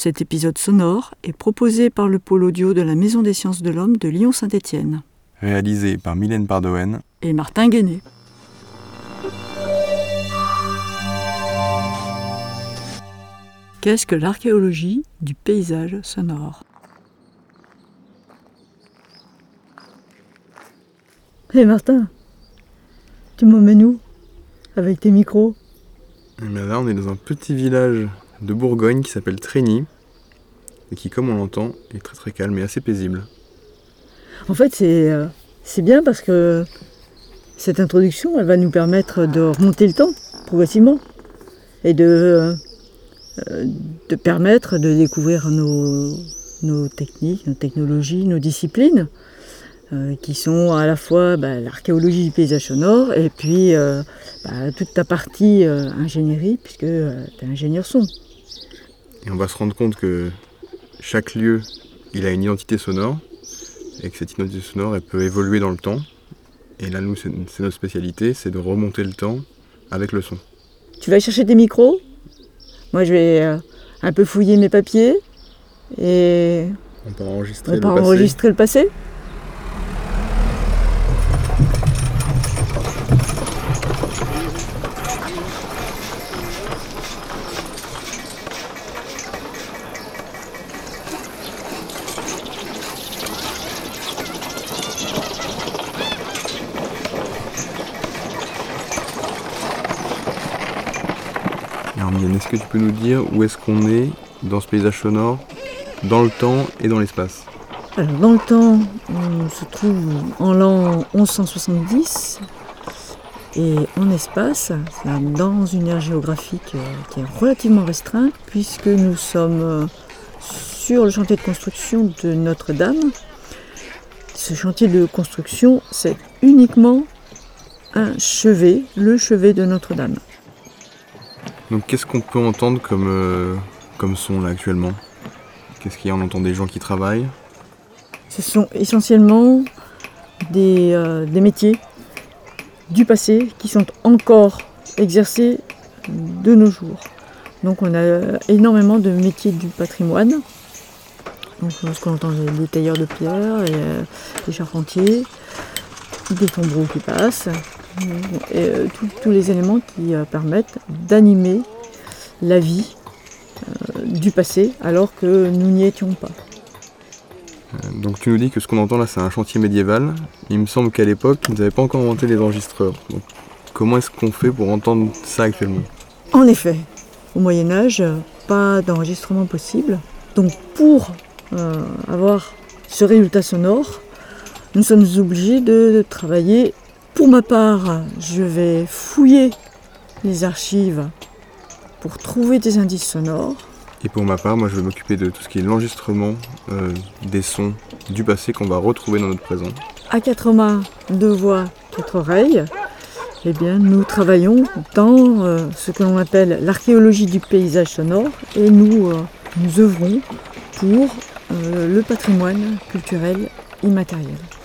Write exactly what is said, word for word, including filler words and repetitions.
Cet épisode sonore est proposé par le pôle audio de la Maison des Sciences de l'Homme de Lyon-Saint-Étienne. Réalisé par Mylène Pardoen et Martin Guéné. Qu'est-ce que l'archéologie du paysage sonore ? Hé hey Martin, tu m'emmènes où avec tes micros ? Et bien là, on est dans un petit village de Bourgogne qui s'appelle Trény et qui, comme on l'entend, est très très calme et assez paisible. En fait, c'est, euh, c'est bien parce que cette introduction, elle va nous permettre de remonter le temps progressivement et de, euh, de permettre de découvrir nos, nos techniques, nos technologies, nos disciplines euh, qui sont à la fois bah, l'archéologie du paysage sonore et puis euh, bah, toute ta partie euh, ingénierie puisque euh, tu es ingénieur son. Et on va se rendre compte que chaque lieu, il a une identité sonore et que cette identité sonore, elle peut évoluer dans le temps. Et là, nous, c'est, c'est notre spécialité, c'est de remonter le temps avec le son. Tu vas chercher tes micros. Moi, je vais euh, un peu fouiller mes papiers et on peut enregistrer, on le, peut passé. enregistrer le passé. Alors Mylène, est-ce que tu peux nous dire où est-ce qu'on est dans ce paysage sonore, dans le temps et dans l'espace ? Alors, dans le temps, on se trouve en l'an onze cent soixante-dix et en espace, c'est dans une aire géographique qui est relativement restreinte puisque nous sommes sur le chantier de construction de Notre-Dame. Ce chantier de construction, c'est uniquement un chevet, le chevet de Notre-Dame. Donc qu'est-ce qu'on peut entendre comme, euh, comme son là actuellement ? Qu'est-ce qu'il y a ? On entend des gens qui travaillent ? Ce sont essentiellement des, euh, des métiers du passé qui sont encore exercés de nos jours. Donc on a énormément de métiers du patrimoine. Donc ce qu'on entend, les, les tailleurs de pierre, et, euh, les charpentiers, des tombereaux qui passent, et euh, tous les éléments qui euh, permettent d'animer la vie euh, du passé alors que nous n'y étions pas. Donc tu nous dis que ce qu'on entend là c'est un chantier médiéval. Il me semble qu'à l'époque ils n'avaient pas encore inventé les enregistreurs. Donc, comment est-ce qu'on fait pour entendre ça actuellement ? En effet, au Moyen-Âge, pas d'enregistrement possible. Donc pour euh, avoir ce résultat sonore, nous sommes obligés de travailler. Pour ma part, je vais fouiller les archives pour trouver des indices sonores. Et pour ma part, moi je vais m'occuper de tout ce qui est l'enregistrement euh, des sons du passé qu'on va retrouver dans notre présent. À quatre mains, deux voix, quatre oreilles, eh bien, nous travaillons dans euh, ce que l'on appelle l'archéologie du paysage sonore et nous, euh, nous œuvrons pour euh, le patrimoine culturel immatériel.